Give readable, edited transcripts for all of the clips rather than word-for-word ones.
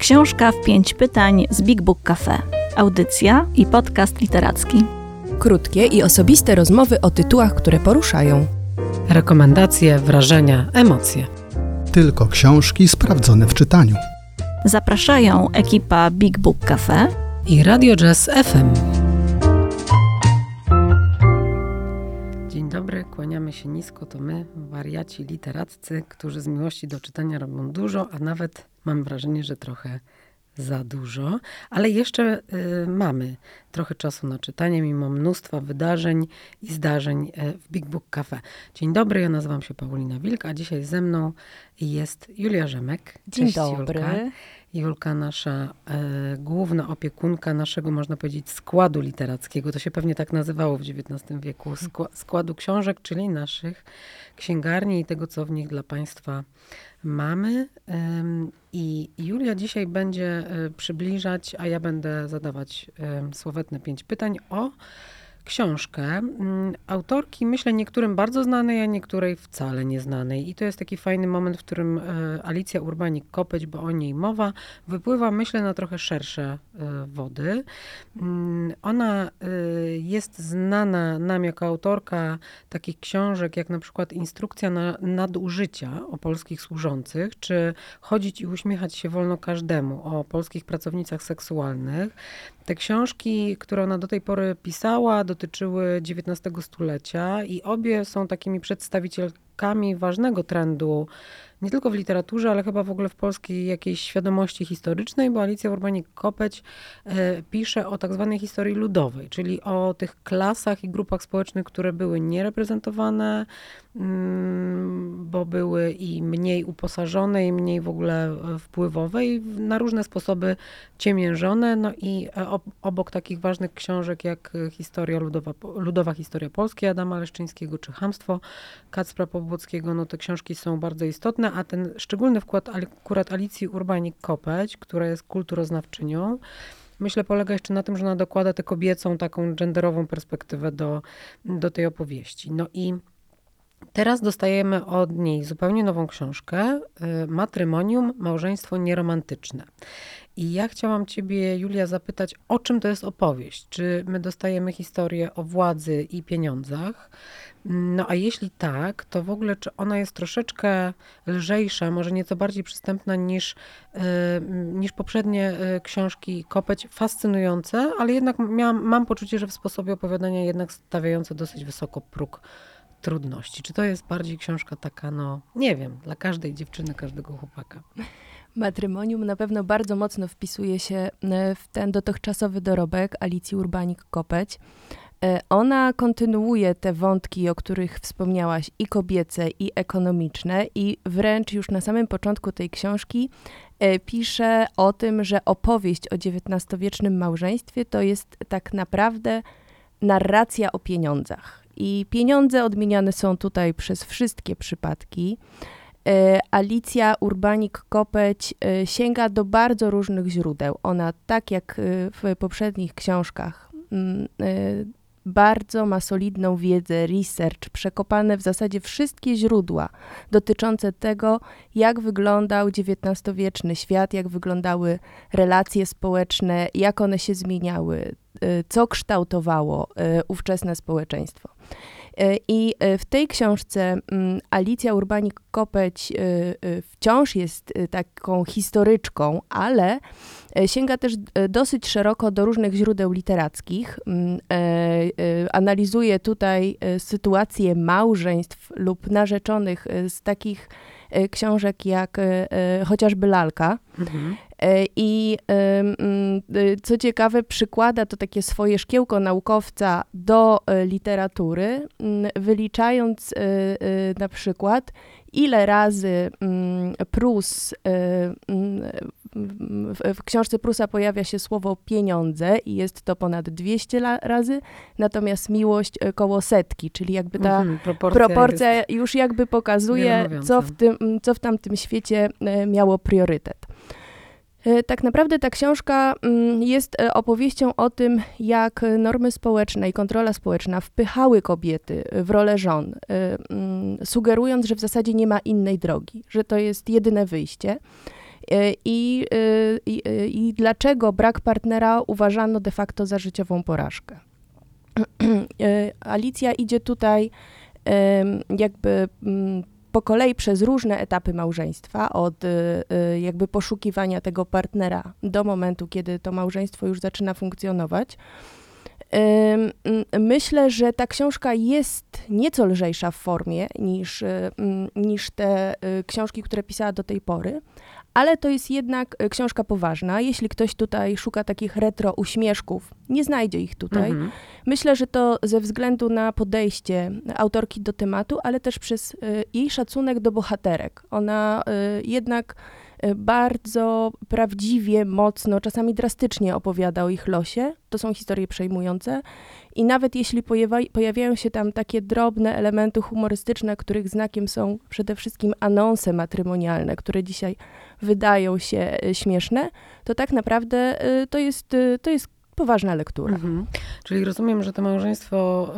Książka w 5 pytań z Big Book Cafe. Audycja i podcast literacki. Krótkie i osobiste rozmowy o tytułach, które poruszają. Rekomendacje, wrażenia, emocje. Tylko książki sprawdzone w czytaniu. Zapraszają ekipa Big Book Cafe i Radio Jazz FM. Dzień dobry, kłaniamy się nisko, to my, wariaci literaccy, którzy z miłości do czytania robią dużo, a nawet mam wrażenie, że trochę za dużo, ale jeszcze mamy trochę czasu na czytanie, mimo mnóstwa wydarzeń i zdarzeń w Big Book Cafe. Dzień dobry, ja nazywam się Paulina Wilk, a dzisiaj ze mną jest Julia Rzemek. Dzień Cześć, dobry. Julka, nasza główna opiekunka naszego, można powiedzieć, składu literackiego. To się pewnie tak nazywało w XIX wieku. Składu książek, czyli naszych księgarni i tego, co w nich dla Państwa mamy. I Julia dzisiaj będzie przybliżać, a ja będę zadawać słowetne 5 pytań o książkę autorki, myślę, niektórym bardzo znanej, a niektórej wcale nieznanej. I to jest taki fajny moment, w którym Alicja Urbanik-Kopeć, bo o niej mowa, wypływa, myślę, na trochę szersze wody. Ona jest znana nam jako autorka takich książek, jak na przykład Instrukcja na nadużycia o polskich służących, czy Chodzić i uśmiechać się wolno każdemu o polskich pracownicach seksualnych. Te książki, które ona do tej pory pisała, dotyczyły XIX stulecia i obie są takimi przedstawicielkami ważnego trendu, nie tylko w literaturze, ale chyba w ogóle w polskiej jakiejś świadomości historycznej, bo Alicja Urbanik-Kopeć pisze o tak zwanej historii ludowej, czyli o tych klasach i grupach społecznych, które były niereprezentowane, bo były i mniej uposażone, i mniej w ogóle wpływowe, i na różne sposoby ciemiężone. No i obok takich ważnych książek jak Ludowa Historia Polski Adama Leszczyńskiego, czy Chamstwo Kacpra Pobłockiego, no te książki są bardzo istotne, a ten szczególny wkład akurat Alicji Urbanik-Kopeć, która jest kulturoznawczynią, myślę, polega jeszcze na tym, że ona dokłada tę kobiecą, taką genderową perspektywę do tej opowieści. No i teraz dostajemy od niej zupełnie nową książkę, Matrymonium, małżeństwo nieromantyczne. I ja chciałam ciebie, Julia, zapytać, o czym to jest opowieść? Czy my dostajemy historię o władzy i pieniądzach? No a jeśli tak, to w ogóle czy ona jest troszeczkę lżejsza, może nieco bardziej przystępna niż poprzednie książki Kopeć, fascynujące, ale jednak mam poczucie, że w sposobie opowiadania jednak stawiające dosyć wysoko próg trudności. Czy to jest bardziej książka taka, no nie wiem, dla każdej dziewczyny, każdego chłopaka? Matrymonium na pewno bardzo mocno wpisuje się w ten dotychczasowy dorobek Alicji Urbanik-Kopeć. Ona kontynuuje te wątki, o których wspomniałaś, i kobiece, i ekonomiczne, i wręcz już na samym początku tej książki pisze o tym, że opowieść o XIX-wiecznym małżeństwie to jest tak naprawdę narracja o pieniądzach. I pieniądze odmieniane są tutaj przez wszystkie przypadki. Alicja Urbanik-Kopeć sięga do bardzo różnych źródeł. Ona, tak jak w poprzednich książkach, bardzo ma solidną wiedzę, research, przekopane w zasadzie wszystkie źródła dotyczące tego, jak wyglądał XIX-wieczny świat, jak wyglądały relacje społeczne, jak one się zmieniały, co kształtowało ówczesne społeczeństwo. I w tej książce Alicja Urbanik-Kopeć wciąż jest taką historyczką, ale sięga też dosyć szeroko do różnych źródeł literackich. Analizuje tutaj sytuację małżeństw lub narzeczonych z takich książek jak chociażby Lalka. Mhm. I co ciekawe, przykłada to takie swoje szkiełko naukowca do literatury, wyliczając na przykład, ile razy Prus, w książce Prusa pojawia się słowo pieniądze i jest to ponad 200 razy, natomiast miłość koło 100, czyli jakby ta proporcja już jakby pokazuje, co w tamtym świecie miało priorytet. Tak naprawdę ta książka jest opowieścią o tym, jak normy społeczne i kontrola społeczna wpychały kobiety w rolę żon, sugerując, że w zasadzie nie ma innej drogi, że to jest jedyne wyjście. I dlaczego brak partnera uważano de facto za życiową porażkę. Alicja idzie tutaj jakby po kolei przez różne etapy małżeństwa, od jakby poszukiwania tego partnera do momentu, kiedy to małżeństwo już zaczyna funkcjonować. Myślę, że ta książka jest nieco lżejsza w formie niż te książki, które pisała do tej pory, ale to jest jednak książka poważna. Jeśli ktoś tutaj szuka takich retro uśmieszków, nie znajdzie ich tutaj. Myślę, że to ze względu na podejście autorki do tematu, ale też przez jej szacunek do bohaterek. Ona jednak bardzo prawdziwie, mocno, czasami drastycznie opowiada o ich losie. To są historie przejmujące i nawet jeśli pojawiają się tam takie drobne elementy humorystyczne, których znakiem są przede wszystkim anonse matrymonialne, które dzisiaj wydają się śmieszne, to tak naprawdę to jest poważna lektura. Czyli rozumiem, że to małżeństwo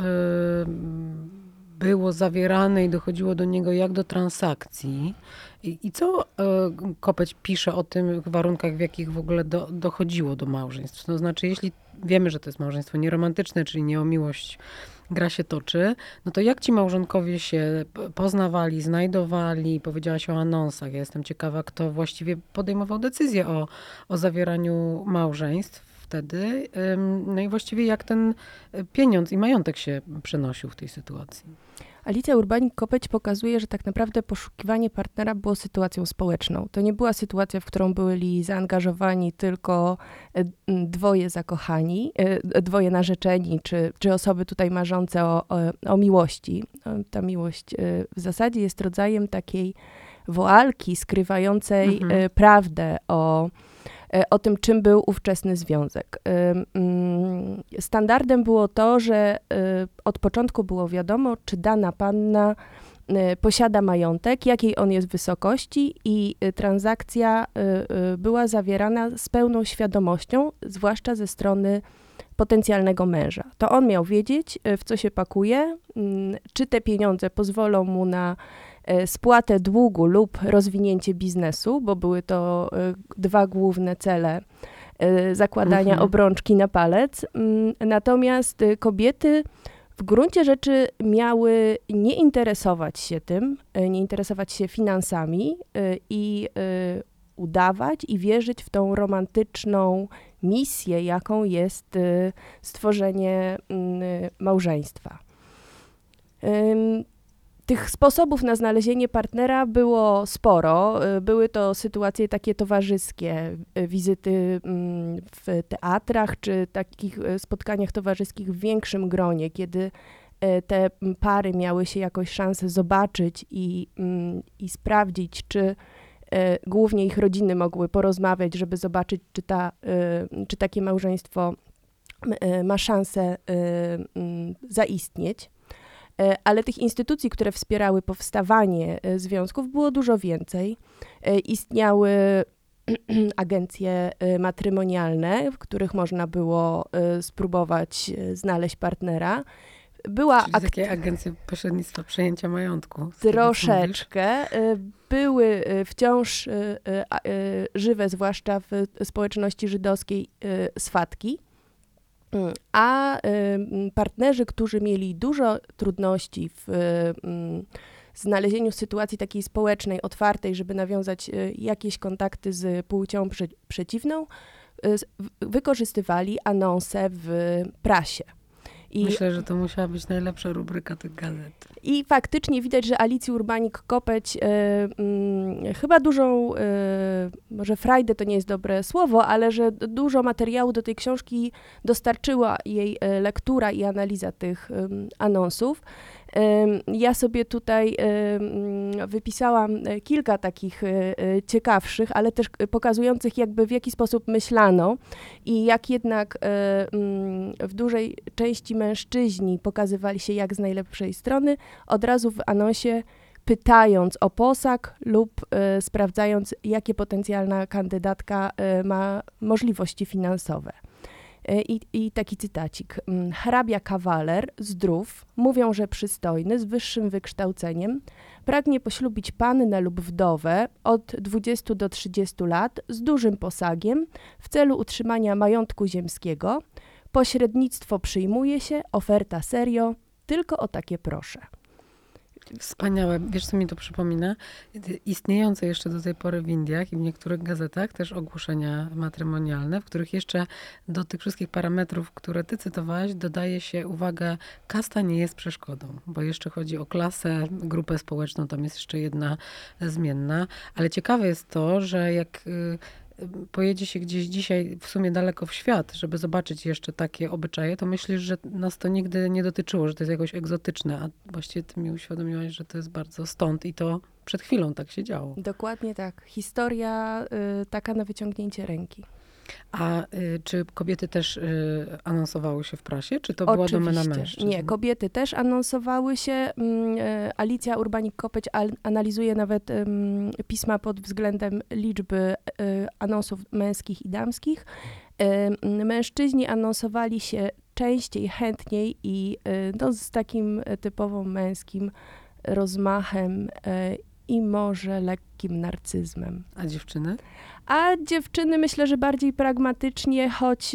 było zawierane i dochodziło do niego jak do transakcji. I co Kopeć pisze o tym warunkach, w jakich w ogóle dochodziło do małżeństw? To znaczy, jeśli wiemy, że to jest małżeństwo nieromantyczne, czyli nie o miłość gra się toczy, no to jak ci małżonkowie się poznawali, znajdowali? Powiedziałaś o anonsach. Ja jestem ciekawa, kto właściwie podejmował decyzję o zawieraniu małżeństw wtedy. No i właściwie jak ten pieniądz i majątek się przenosił w tej sytuacji? Alicja Urbanik-Kopeć pokazuje, że tak naprawdę poszukiwanie partnera było sytuacją społeczną. To nie była sytuacja, w którą byli zaangażowani tylko dwoje zakochani, dwoje narzeczeni, czy osoby tutaj marzące o miłości. Ta miłość w zasadzie jest rodzajem takiej woalki skrywającej prawdę o tym, czym był ówczesny związek. Standardem było to, że od początku było wiadomo, czy dana panna posiada majątek, jakiej on jest wysokości i transakcja była zawierana z pełną świadomością, zwłaszcza ze strony potencjalnego męża. To on miał wiedzieć, w co się pakuje, czy te pieniądze pozwolą mu na spłatę długu lub rozwinięcie biznesu, bo były to dwa główne cele zakładania obrączki na palec. Natomiast kobiety w gruncie rzeczy miały nie interesować się tym, nie interesować się finansami i udawać i wierzyć w tą romantyczną misję, jaką jest stworzenie małżeństwa. Tych sposobów na znalezienie partnera było sporo. Były to sytuacje takie towarzyskie, wizyty w teatrach, czy takich spotkaniach towarzyskich w większym gronie, kiedy te pary miały się jakoś szansę zobaczyć i sprawdzić, czy głównie ich rodziny mogły porozmawiać, żeby zobaczyć, czy takie małżeństwo ma szansę zaistnieć. Ale tych instytucji, które wspierały powstawanie związków, było dużo więcej. Istniały agencje matrymonialne, w których można było spróbować znaleźć partnera. Czyli takie agencje pośrednictwa przejęcia majątku. Troszeczkę. Były wciąż żywe, zwłaszcza w społeczności żydowskiej, swatki. A partnerzy, którzy mieli dużo trudności w znalezieniu sytuacji takiej społecznej, otwartej, żeby nawiązać jakieś kontakty z płcią przeciwną, wykorzystywali anonse w prasie. Myślę, że to musiała być najlepsza rubryka tych gazet. I faktycznie widać, że Alicji Urbanik-Kopeć chyba dużą, może frajdę to nie jest dobre słowo, ale że dużo materiału do tej książki dostarczyła jej lektura i analiza tych anonsów. Ja sobie tutaj wypisałam kilka takich ciekawszych, ale też pokazujących jakby w jaki sposób myślano i jak jednak w dużej części mężczyźni pokazywali się jak z najlepszej strony, od razu w anonsie pytając o posag lub sprawdzając, jakie potencjalna kandydatka ma możliwości finansowe. I taki cytacik. Hrabia kawaler, zdrów, mówią, że przystojny, z wyższym wykształceniem, pragnie poślubić pannę lub wdowę od 20 do 30 lat z dużym posagiem w celu utrzymania majątku ziemskiego. Pośrednictwo przyjmuje się, oferta serio, tylko o takie proszę. Wspaniałe. Wiesz, co mi to przypomina? Istniejące jeszcze do tej pory w Indiach i w niektórych gazetach też ogłoszenia matrymonialne, w których jeszcze do tych wszystkich parametrów, które ty cytowałaś, dodaje się, uwaga, kasta nie jest przeszkodą, bo jeszcze chodzi o klasę, grupę społeczną, tam jest jeszcze jedna zmienna. Ale ciekawe jest to, że jak pojedzie się gdzieś dzisiaj w sumie daleko w świat, żeby zobaczyć jeszcze takie obyczaje, to myślisz, że nas to nigdy nie dotyczyło, że to jest jakoś egzotyczne, a właściwie ty mi uświadomiłaś, że to jest bardzo stąd i to przed chwilą tak się działo. Dokładnie tak. Historia taka na wyciągnięcie ręki. A czy kobiety też anonsowały się w prasie, czy to była domena mężczyzn? Nie, kobiety też anonsowały się. Alicja Urbanik-Kopeć analizuje nawet pisma pod względem liczby anonsów męskich i damskich. Mężczyźni anonsowali się częściej, chętniej i z takim typowo męskim rozmachem i może lekkim narcyzmem. A dziewczyny? A dziewczyny myślę, że bardziej pragmatycznie, choć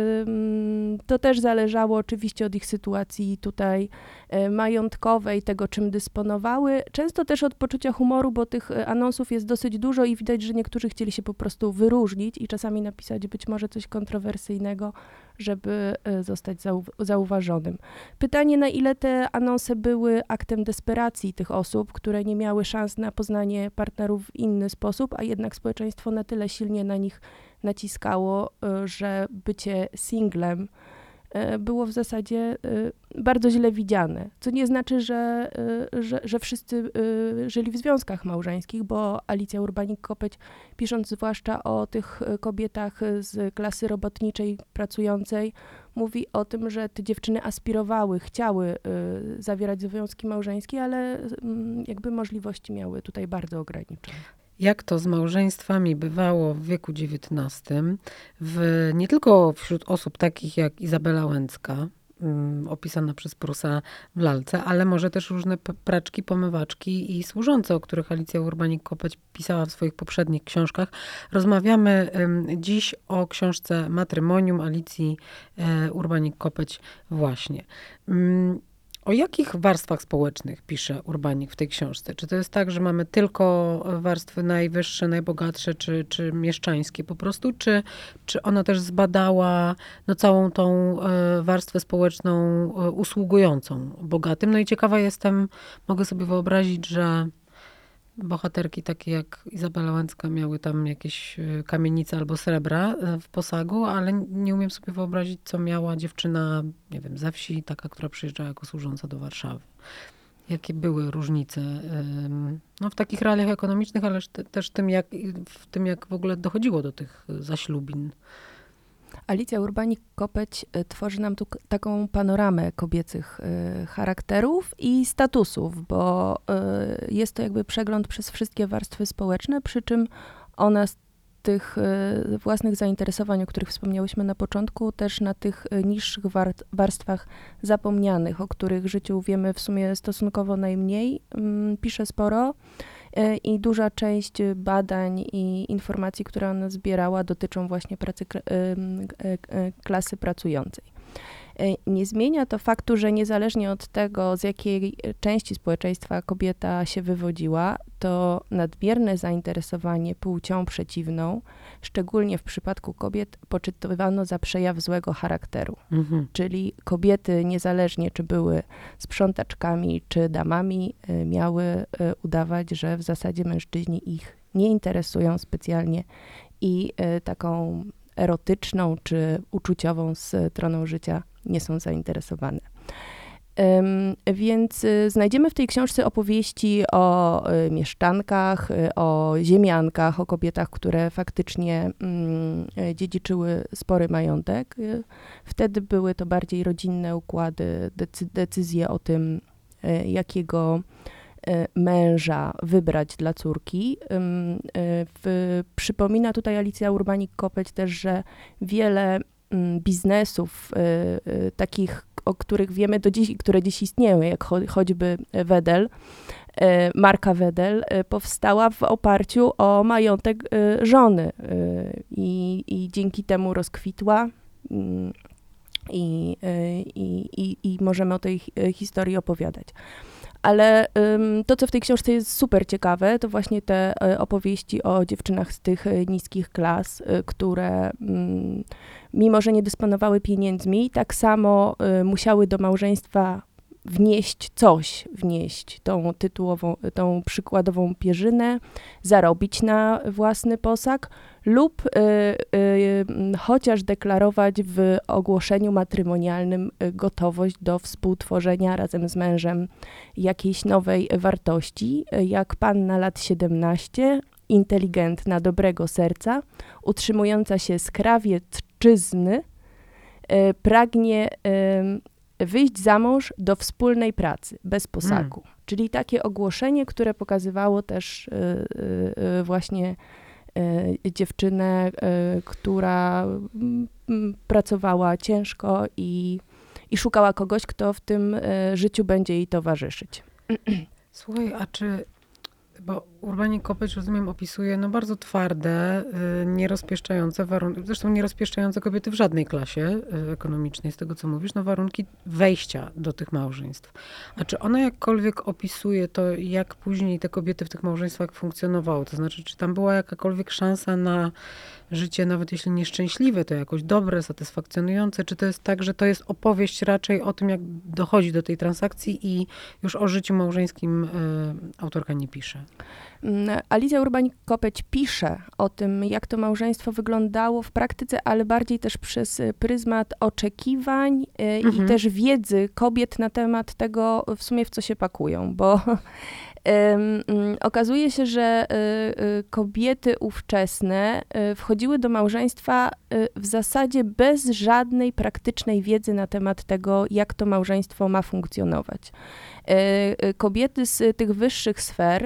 to też zależało oczywiście od ich sytuacji tutaj majątkowej, tego czym dysponowały. Często też od poczucia humoru, bo tych anonsów jest dosyć dużo i widać, że niektórzy chcieli się po prostu wyróżnić i czasami napisać być może coś kontrowersyjnego, żeby zostać zauważonym. Pytanie, na ile te anonse były aktem desperacji tych osób, które nie miały szans na poznanie partnerów w inny sposób, a jednak społeczeństwo na tyle silnie na nich naciskało, że bycie singlem było w zasadzie bardzo źle widziane. Co nie znaczy, że wszyscy żyli w związkach małżeńskich, bo Alicja Urbanik-Kopeć, pisząc zwłaszcza o tych kobietach z klasy robotniczej pracującej, mówi o tym, że te dziewczyny aspirowały, chciały zawierać związki małżeńskie, ale jakby możliwości miały tutaj bardzo ograniczone. Jak to z małżeństwami bywało w wieku XIX, nie tylko wśród osób takich jak Izabela Łęcka, opisana przez Prusa w lalce, ale może też różne praczki, pomywaczki i służące, o których Alicja Urbanik-Kopeć pisała w swoich poprzednich książkach. Rozmawiamy dziś o książce Matrymonium Alicji Urbanik-Kopeć właśnie. O jakich warstwach społecznych pisze Urbanik w tej książce? Czy to jest tak, że mamy tylko warstwy najwyższe, najbogatsze, czy mieszczańskie po prostu? Czy ona też zbadała całą tą warstwę społeczną usługującą bogatym? No i ciekawa jestem, mogę sobie wyobrazić, że bohaterki takie jak Izabela Łęcka miały tam jakieś kamienice albo srebra w posagu, ale nie umiem sobie wyobrazić, co miała dziewczyna, nie wiem, ze wsi, taka, która przyjeżdżała jako służąca do Warszawy. Jakie były różnice w takich realiach ekonomicznych, ale też w tym, jak w ogóle dochodziło do tych zaślubin. Alicja Urbanik-Kopeć tworzy nam tu taką panoramę kobiecych charakterów i statusów, bo jest to jakby przegląd przez wszystkie warstwy społeczne, przy czym ona z tych własnych zainteresowań, o których wspomniałyśmy na początku, też na tych niższych warstwach zapomnianych, o których w życiu wiemy w sumie stosunkowo najmniej, pisze sporo. I duża część badań i informacji, które ona zbierała, dotyczą właśnie pracy klasy pracującej. Nie zmienia to faktu, że niezależnie od tego, z jakiej części społeczeństwa kobieta się wywodziła, to nadmierne zainteresowanie płcią przeciwną, szczególnie w przypadku kobiet, poczytywano za przejaw złego charakteru. Czyli kobiety, niezależnie czy były sprzątaczkami, czy damami, miały udawać, że w zasadzie mężczyźni ich nie interesują specjalnie i taką erotyczną czy uczuciową stroną życia nie są zainteresowane. Więc znajdziemy w tej książce opowieści o mieszczankach, o ziemiankach, o kobietach, które faktycznie dziedziczyły spory majątek. Wtedy były to bardziej rodzinne układy, decyzje o tym, jakiego męża wybrać dla córki. Przypomina tutaj Alicja Urbanik-Kopeć też, że wiele biznesów takich, o których wiemy do dziś, które dziś istnieją, jak choćby Wedel, marka Wedel, powstała w oparciu o majątek żony i dzięki temu rozkwitła i możemy o tej historii opowiadać. Ale to, co w tej książce jest super ciekawe, to właśnie te opowieści o dziewczynach z tych niskich klas, które mimo, że nie dysponowały pieniędzmi, tak samo musiały do małżeństwa wnieść tą przykładową pierzynę, zarobić na własny posag lub chociaż deklarować w ogłoszeniu matrymonialnym gotowość do współtworzenia razem z mężem jakiejś nowej wartości, jak panna lat 17, inteligentna, dobrego serca, utrzymująca się z krawiecczyzny, pragnie wyjść za mąż do wspólnej pracy, bez posagu. Czyli takie ogłoszenie, które pokazywało też właśnie dziewczynę, która pracowała ciężko i szukała kogoś, kto w tym życiu będzie jej towarzyszyć. Słuchaj, bo Urbanik Kopeć, rozumiem, opisuje bardzo twarde, nierozpieszczające warunki, zresztą nierozpieszczające kobiety w żadnej klasie ekonomicznej, z tego co mówisz, warunki wejścia do tych małżeństw. A czy ona jakkolwiek opisuje to, jak później te kobiety w tych małżeństwach funkcjonowały? To znaczy, czy tam była jakakolwiek szansa na życie, nawet jeśli nieszczęśliwe, to jakoś dobre, satysfakcjonujące? Czy to jest tak, że to jest opowieść raczej o tym, jak dochodzi do tej transakcji i już o życiu małżeńskim autorka nie pisze? Alicja Urbanik-Kopeć pisze o tym, jak to małżeństwo wyglądało w praktyce, ale bardziej też przez pryzmat oczekiwań i też wiedzy kobiet na temat tego, w sumie w co się pakują, bo okazuje się, że kobiety ówczesne wchodziły do małżeństwa w zasadzie bez żadnej praktycznej wiedzy na temat tego, jak to małżeństwo ma funkcjonować. Kobiety z tych wyższych sfer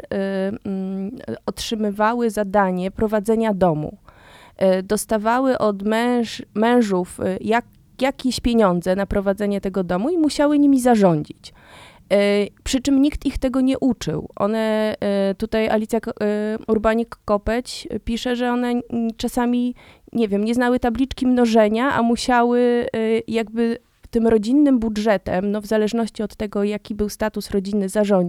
otrzymywały zadanie prowadzenia domu. Dostawały od mężów jakieś pieniądze na prowadzenie tego domu i musiały nimi zarządzić. Przy czym nikt ich tego nie uczył. Tutaj Alicja Urbanik-Kopeć pisze, że one czasami, nie znały tabliczki mnożenia, a musiały jakby tym rodzinnym budżetem, w zależności od tego, jaki był status rodziny,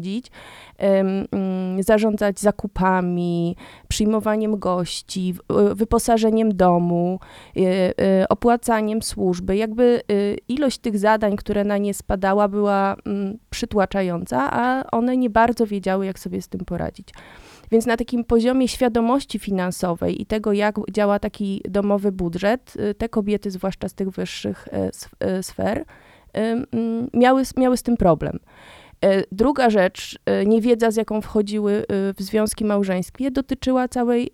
zarządzać zakupami, przyjmowaniem gości, wyposażeniem domu, opłacaniem służby. Jakby ilość tych zadań, które na nie spadała, była przytłaczająca, a one nie bardzo wiedziały, jak sobie z tym poradzić. Więc na takim poziomie świadomości finansowej i tego, jak działa taki domowy budżet, te kobiety, zwłaszcza z tych wyższych sfer, miały z tym problem. Druga rzecz, niewiedza, z jaką wchodziły w związki małżeńskie, dotyczyła całej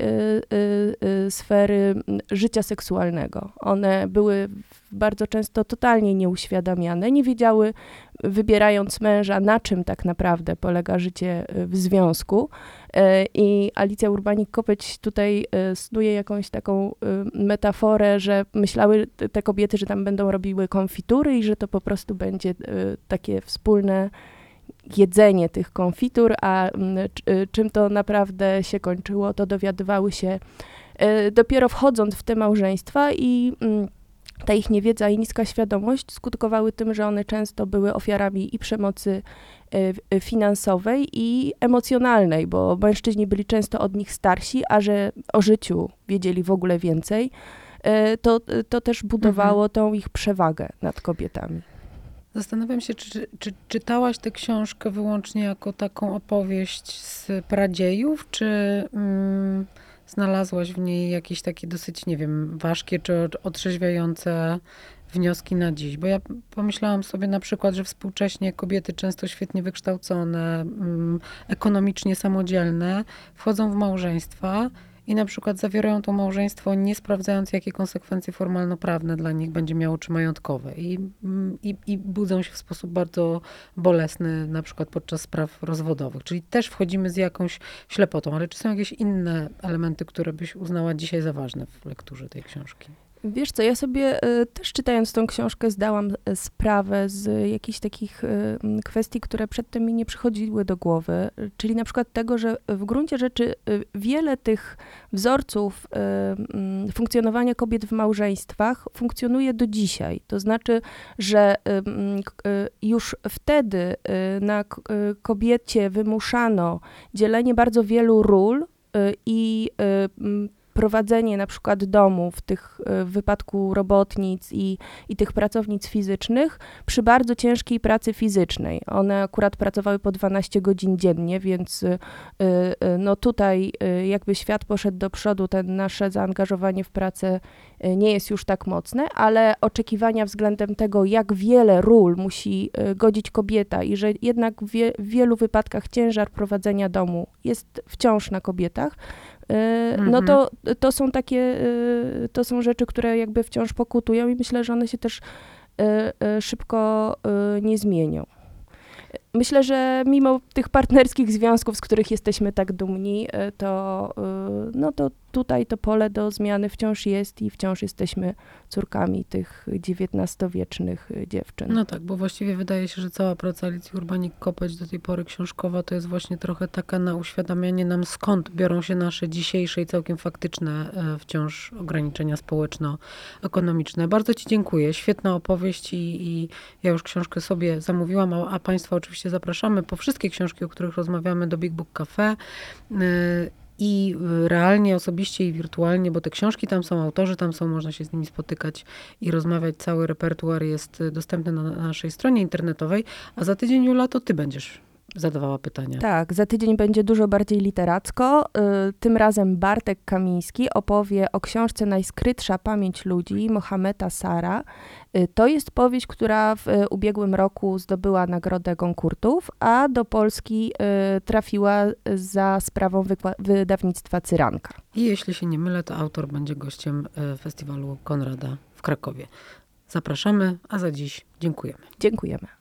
sfery życia seksualnego. One były bardzo często totalnie nieuświadamiane, nie wiedziały, wybierając męża, na czym tak naprawdę polega życie w związku. I Alicja Urbanik-Kopeć tutaj snuje jakąś taką metaforę, że myślały te kobiety, że tam będą robiły konfitury i że to po prostu będzie takie wspólne jedzenie tych konfitur, a czym to naprawdę się kończyło, to dowiadywały się dopiero wchodząc w te małżeństwa i ta ich niewiedza i niska świadomość skutkowały tym, że one często były ofiarami i przemocy finansowej i emocjonalnej, bo mężczyźni byli często od nich starsi, a że o życiu wiedzieli w ogóle więcej, to też budowało tą ich przewagę nad kobietami. Zastanawiam się, czy czytałaś tę książkę wyłącznie jako taką opowieść z pradziejów, czy znalazłaś w niej jakieś takie dosyć, ważkie czy otrzeźwiające wnioski na dziś? Bo ja pomyślałam sobie na przykład, że współcześnie kobiety często świetnie wykształcone, ekonomicznie samodzielne, wchodzą w małżeństwa i na przykład zawierają to małżeństwo, nie sprawdzając, jakie konsekwencje formalno-prawne dla nich będzie miało, czy majątkowe. I budzą się w sposób bardzo bolesny, na przykład podczas spraw rozwodowych. Czyli też wchodzimy z jakąś ślepotą. Ale czy są jakieś inne elementy, które byś uznała dzisiaj za ważne w lekturze tej książki? Wiesz co, ja sobie też czytając tą książkę zdałam sprawę z jakichś takich kwestii, które przedtem mi nie przychodziły do głowy, czyli na przykład tego, że w gruncie rzeczy wiele tych wzorców funkcjonowania kobiet w małżeństwach funkcjonuje do dzisiaj. To znaczy, że już wtedy na kobiecie wymuszano dzielenie bardzo wielu ról i prowadzenie na przykład domu w wypadku robotnic i tych pracownic fizycznych przy bardzo ciężkiej pracy fizycznej. One akurat pracowały po 12 godzin dziennie, więc no tutaj jakby świat poszedł do przodu, nasze zaangażowanie w pracę nie jest już tak mocne, ale oczekiwania względem tego, jak wiele ról musi godzić kobieta i że jednak w wielu wypadkach ciężar prowadzenia domu jest wciąż na kobietach, no to są rzeczy, które jakby wciąż pokutują i myślę, że one się też szybko nie zmienią. Myślę, że mimo tych partnerskich związków, z których jesteśmy tak dumni, to tutaj to pole do zmiany wciąż jest i wciąż jesteśmy córkami tych XIX-wiecznych dziewczyn. No tak, bo właściwie wydaje się, że cała praca Alicji Urbanik-Kopeć do tej pory książkowa to jest właśnie trochę taka na uświadamianie nam, skąd biorą się nasze dzisiejsze i całkiem faktyczne wciąż ograniczenia społeczno-ekonomiczne. Bardzo ci dziękuję. Świetna opowieść i ja już książkę sobie zamówiłam, a Państwa oczywiście zapraszamy po wszystkie książki, o których rozmawiamy, do Big Book Cafe. I realnie, osobiście i wirtualnie, bo te książki tam są, autorzy tam są, można się z nimi spotykać i rozmawiać. Cały repertuar jest dostępny na naszej stronie internetowej. A za tydzień, Jula, to ty będziesz zadawała pytania. Tak, za tydzień będzie dużo bardziej literacko. Tym razem Bartek Kamiński opowie o książce Najskrytsza pamięć ludzi Mohameda Sara. To jest powieść, która w ubiegłym roku zdobyła nagrodę Goncourtów, a do Polski trafiła za sprawą wydawnictwa Cyranka. I jeśli się nie mylę, to autor będzie gościem festiwalu Konrada w Krakowie. Zapraszamy, a za dziś dziękujemy. Dziękujemy.